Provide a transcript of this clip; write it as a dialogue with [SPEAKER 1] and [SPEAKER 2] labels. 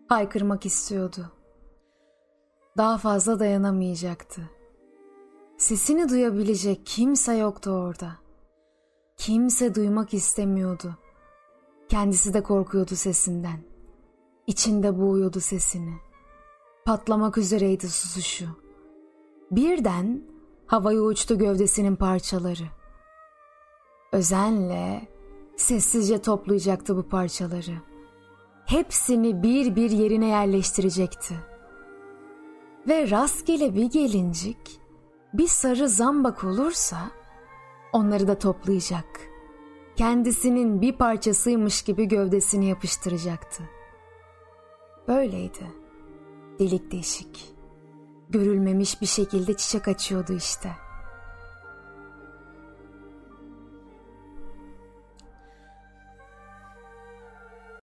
[SPEAKER 1] Haykırmak istiyordu. Daha fazla dayanamayacaktı. Sesini duyabilecek kimse yoktu orada. Kimse duymak istemiyordu. Kendisi de korkuyordu sesinden. İçinde boğuyordu sesini. Patlamak üzereydi susuşu. Birden havaya uçtu gövdesinin parçaları. Özenle, sessizce toplayacaktı bu parçaları. Hepsini bir bir yerine yerleştirecekti. Ve rastgele bir gelincik, bir sarı zambak olursa onları da toplayacak. Kendisinin bir parçasıymış gibi gövdesini yapıştıracaktı. Böyleydi. Delik deşik. Görülmemiş bir şekilde çiçek açıyordu işte.